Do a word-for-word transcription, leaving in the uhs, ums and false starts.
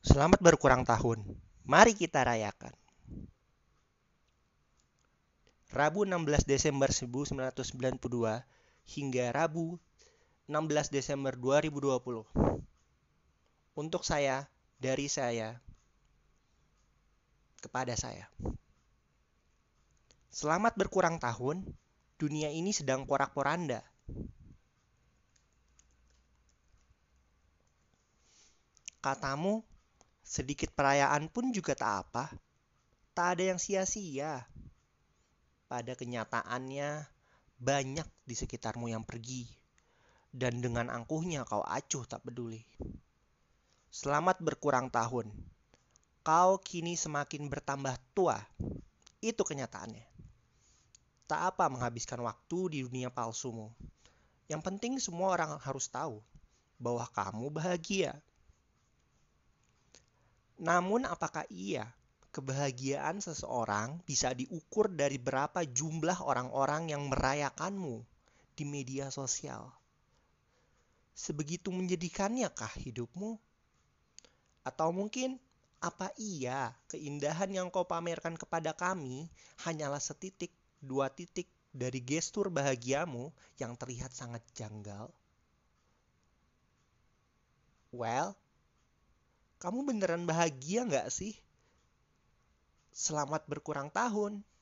Selamat berkurang tahun. Mari kita rayakan. Rabu enam belas Desember seribu sembilan ratus sembilan puluh dua hingga Rabu enam belas Desember dua ribu dua puluh. Untuk saya, dari saya, kepada saya. Selamat berkurang tahun. Dunia ini sedang porak-poranda. Katamu, sedikit perayaan pun juga tak apa. Tak ada yang sia-sia. Pada kenyataannya, banyak di sekitarmu yang pergi. Dan dengan angkuhnya kau acuh tak peduli. Selamat berkurang tahun. Kau kini semakin bertambah tua. Itu kenyataannya. Tak apa menghabiskan waktu di dunia palsumu. Yang penting semua orang harus tahu bahwa kamu bahagia. Namun apakah iya kebahagiaan seseorang bisa diukur dari berapa jumlah orang-orang yang merayakanmu di media sosial? Sebegitu menjadikannya-kah hidupmu? Atau mungkin apa iya keindahan yang kau pamerkan kepada kami hanyalah setitik, dua titik dari gestur bahagiamu yang terlihat sangat janggal? Well, kamu beneran bahagia nggak sih? Selamat berkurang tahun.